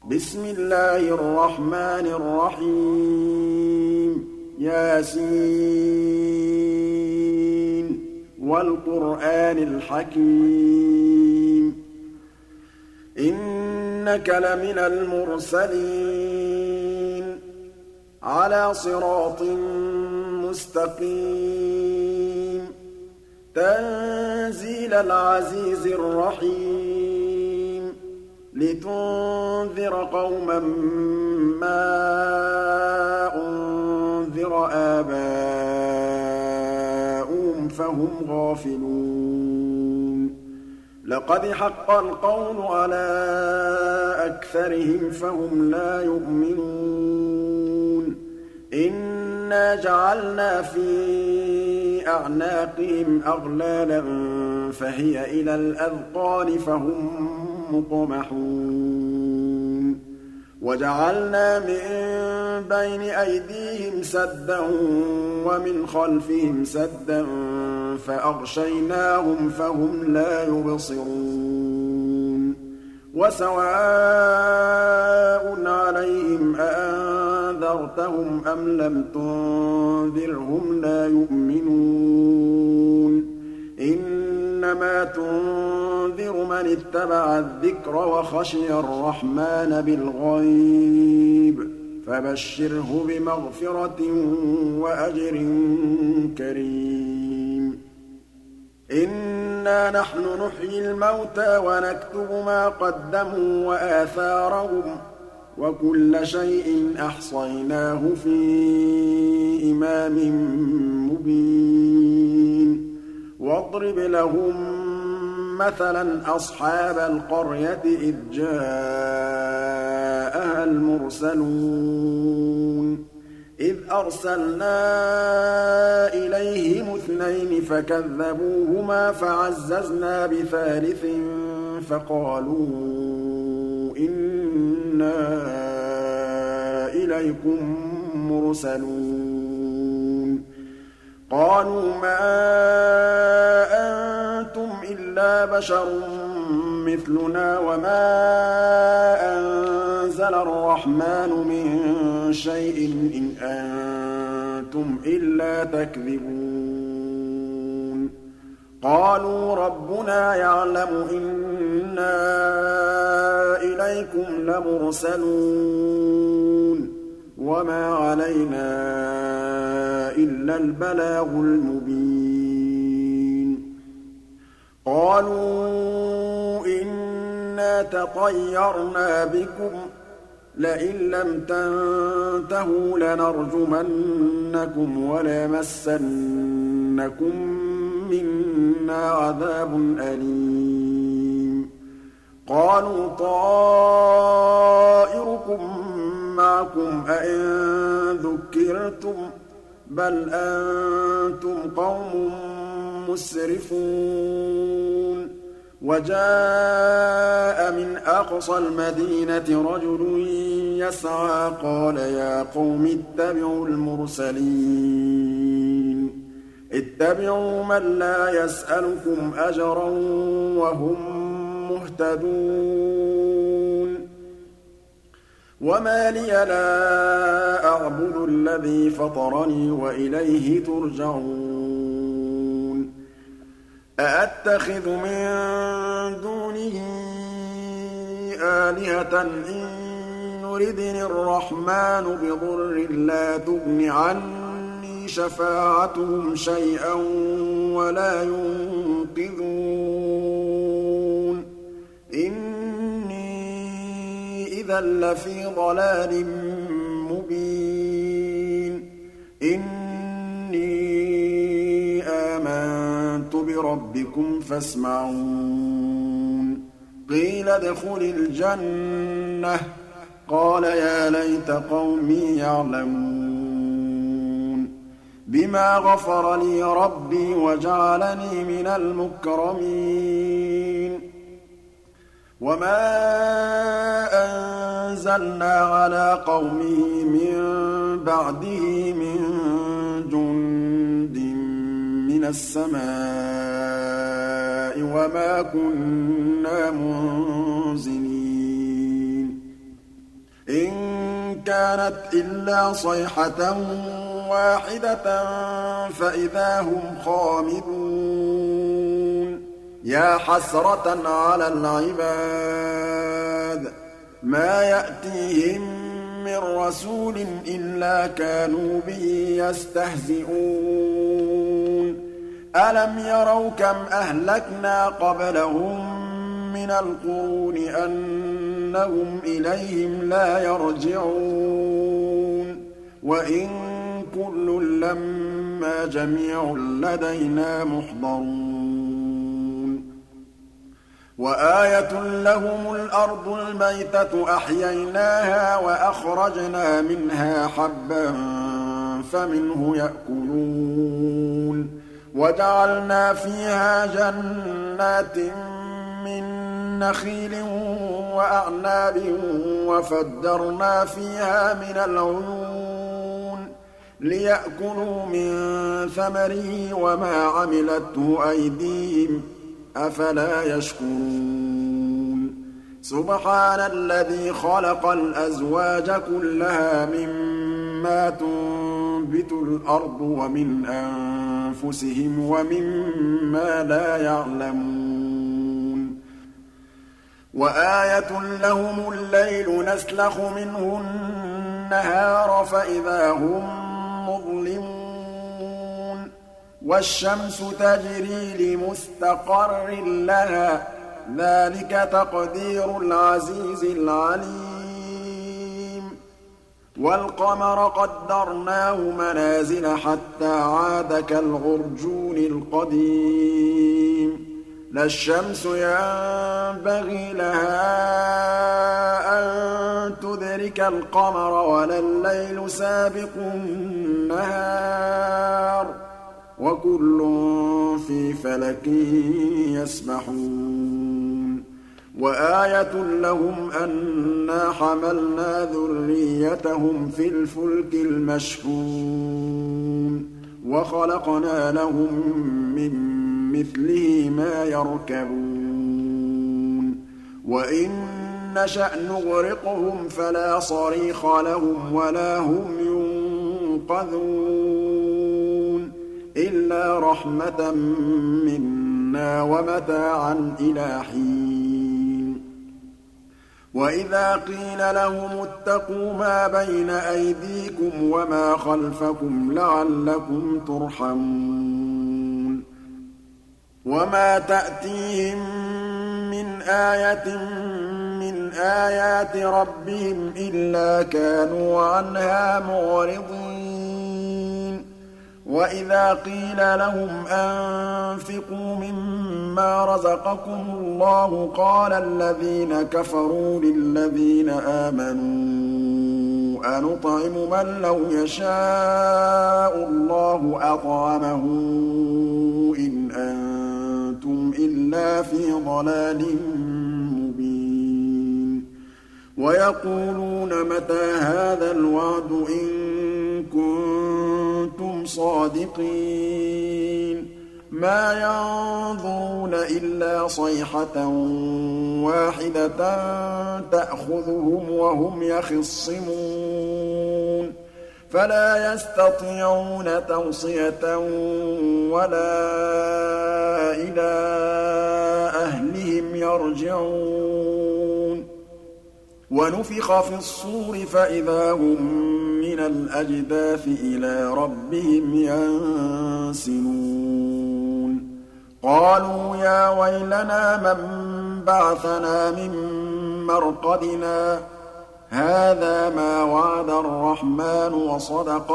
بسم الله الرحمن الرحيم ياسين والقرآن الحكيم إنك لمن المرسلين على صراط مستقيم تنزيل العزيز الرحيم لتنذر قوما ما أنذر آباؤهم فهم غافلون لقد حق القول على أكثرهم فهم لا يؤمنون إنا جعلنا في أعناقهم أغلالا فهي إلى الأذقان فهم مقمحون وجعلنا من بين أيديهم سدا ومن خلفهم سدا فأغشيناهم فهم لا يبصرون وسواء عليهم أأنذرتهم أم لم تنذرهم لا يؤمنون إنما تنذر من اتبع الذكر وخشي الرحمن بالغيب فبشره بمغفرة وأجر كريم إنا نحن نحيي الموتى ونكتب ما قدموا وآثارهم وكل شيء أحصيناه في إمام مبين واضرب لهم مثلا أصحاب القرية إذ جاءها المرسلون إذ أرسلنا إليهم اثنين فكذبوهما فعززنا بثالث فقالوا إنا إليكم مرسلون قالوا ما أنتم إلا بشر مثلنا وما أنزل الرحمن من شيء إن أنتم إلا تكذبون قالوا ربنا يعلم إنا إليكم لمرسلون وما علينا إلا البلاغ المبين قالوا إنا تطيرنا بكم لئن لم تنتهوا لنرجمنكم وليمسنكم منا عذاب أليم قالوا طائركم معكم أئن ذكرتم بل أنتم قوم مسرفون وجاء من أقصى المدينة رجل يسعى قال يا قوم اتبعوا المرسلين اتبعوا من لا يسألكم أجرا وهم مهتدون وما لي لا أعبد الذي فطرني وإليه ترجعون أأتخذ من دونه آلهة إن يردني الرحمن بضر لا تغن عني شفاعتهم شيئا ولا ينقذون إني إذا لفي ضلال مبين إني آمنت بربكم فاسمعون قيل ادخل الجنة قال يا ليت قومي يعلمون بما غفر لي ربي وجعلني من المكرمين وما أنزلنا على قومه من بعده من جند من السماء وما كنا منزلين كانت إلا صيحة واحدة فإذا هم خامدون يا حسرة على العباد ما يأتيهم من رسول إلا كانوا به يستهزئون ألم يروا كم أهلكنا قبلهم من القرون أنهم إليهم لا يرجعون وإن كل لما جميع لدينا محضرون وآية لهم الأرض الميتة أحييناها وأخرجنا منها حبا فمنه يأكلون وجعلنا فيها جنات من نخيل وأعناب وفجرنا فيها من العيون ليأكلوا من ثمره وما عملته أيديهم أفلا يشكرون سبحان الذي خلق الأزواج كلها مما تنبت الأرض ومن أنفسهم ومما لا يعلمون وآية لهم الليل نسلخ منه النهار فإذا هم مظلمون والشمس تجري لمستقر لها ذلك تقدير العزيز العليم والقمر قدرناه منازل حتى عاد كالعرجون القديم لا الشمس ينبغي لها أن تدرك القمر ولا الليل سابق النهار وكل في فلك يسبحون وآية لهم أنا حملنا ذريتهم في الفلك المشحون وخلقنا لهم من مثله ما يركبون وإن نشأ نغرقهم فلا صريخ لهم ولا هم ينقذون إلا رحمة منا ومتاعا إلى حين وإذا قيل لهم اتقوا ما بين أيديكم وما خلفكم لعلكم ترحمون وما تأتيهم من آية من آيات ربهم إلا كانوا عنها معرضين وإذا قيل لهم أنفقوا مما رزقكم الله قال الذين كفروا للذين آمنوا أنطعم من لو يشاء الله أطعمه إن أنتم إلا في ضلال مبين ويقولون متى هذا الوعد إن كنتم صادقين ما ينظرون إلا صيحة واحدة تأخذهم وهم يخصمون فلا يستطيعون توصية ولا إلى أهلهم يرجعون ونفخ في الصور فإذا هم من الأجداث إلى ربهم ينسلون قالوا يا ويلنا من بعثنا من مرقدنا هذا ما وعد الرحمن وصدق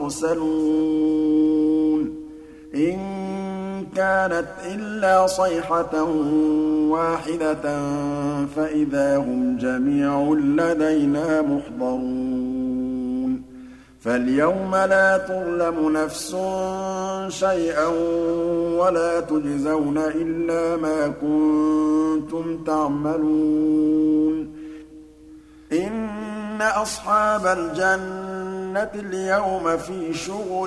المرسلون إن كانت إلا صيحة واحدة فإذا هم جميع لدينا محضرون فاليوم لا تظلم نفس شيئا ولا تجزون إلا ما كنتم تعملون إن أصحاب الجنة اليوم في شغل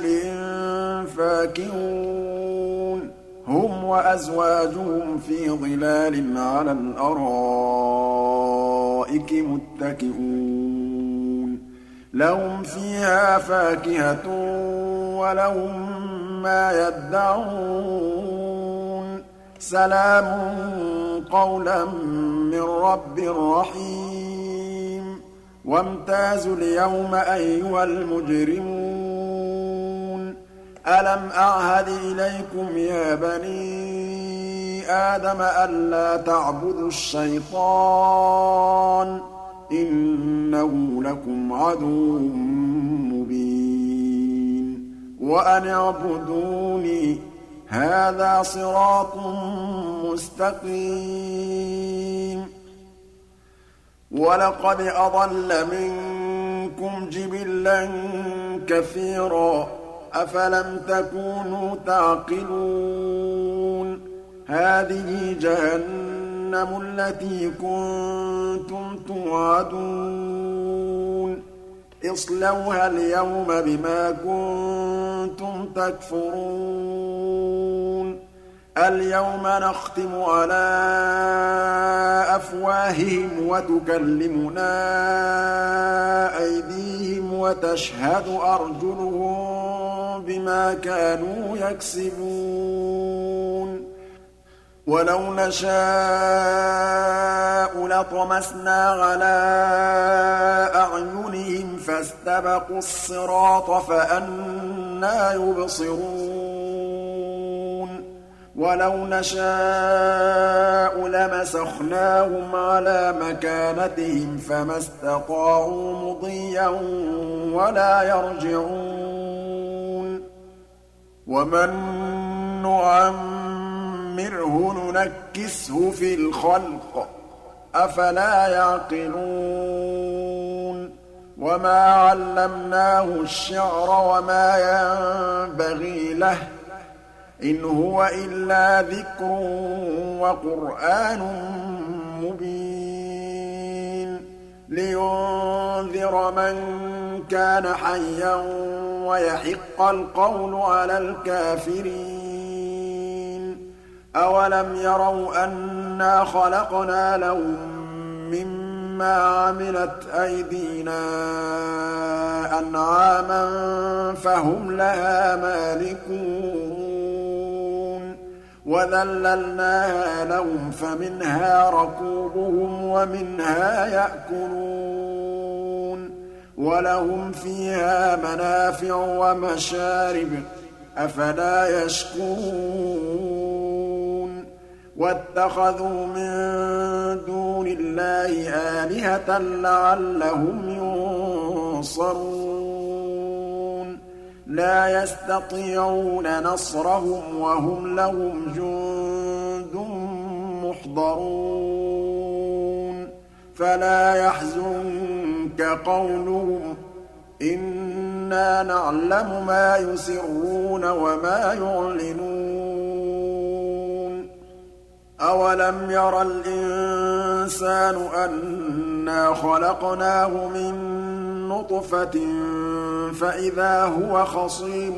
فاكهون هم وأزواجهم في ظلال على الأرائك متكئون لهم فيها فاكهة ولهم ما يدعون سلام قولا من رب رحيم وامتازوا اليوم أيها المجرمون ألم أعهد إليكم يا بني آدم ألا تعبدوا الشيطان إنه لكم عدو مبين وأن اعبدوني هذا صراط مستقيم ولقد أضل منكم جبلا كثيرا أفلم تكونوا تعقلون هذه جهنم التي كنتم توعدون اصلوها اليوم بما كنتم تكفرون اليوم نختم على أفواههم وتكلمنا أيديهم وتشهد أرجلهم بما كانوا يكسبون ولو نشاء لطمسنا على أعينهم فاستبقوا الصراط فأنى يبصرون ولو نشاء لمسخناهم على مكانتهم فما استطاعوا مضيا ولا يرجعون ومن نعمره ننكسه في الخلق أفلا يعقلون وما علمناه الشعر وما ينبغي له إن هو إلا ذكر وقرآن مبين لينذر من كان حيا ويحق القول على الكافرين أولم يروا أنا خلقنا لهم مما عملت أيدينا أنعاما فهم لها مالكون وذللناها لهم فمنها ركوبهم ومنها يأكلون ولهم فيها منافع ومشارب أفلا يشكرون واتخذوا من دون الله آلهة لعلهم ينصرون لا يستطيعون نصرهم وهم لهم جند محضرون فلا يحزنك قولهم إنا نعلم ما يسرون وما يعلنون أولم ير الإنسان أنا خلقناه من نطفة فإذا هو خصيم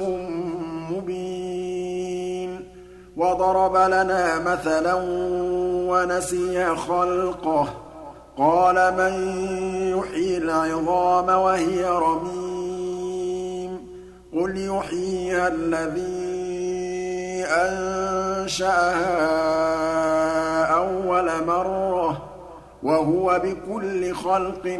مبين وضرب لنا مثلا ونسي خلقه قال من يحيي العظام وهي رميم قل يحييها الذي أنشأها أول مرة وهو بكل خلق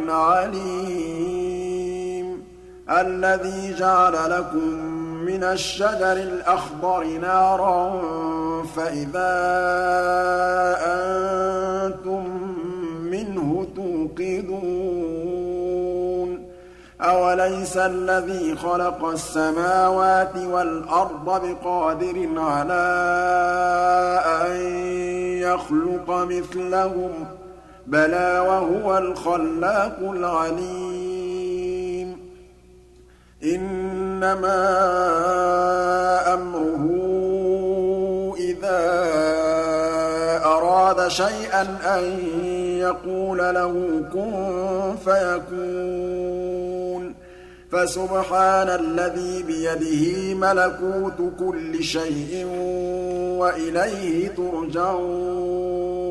عليم الذي جعل لكم من الشجر الأخضر نارا فإذا أنتم منه توقدون أوليس الذي خلق السماوات والأرض بقادر على أن يخلق مثلهم بلى وهو الخلاق العليم إنما أمره إذا أراد شيئا أن يقول له كن فيكون فسبحان الذي بيده ملكوت كل شيء وإليه ترجعون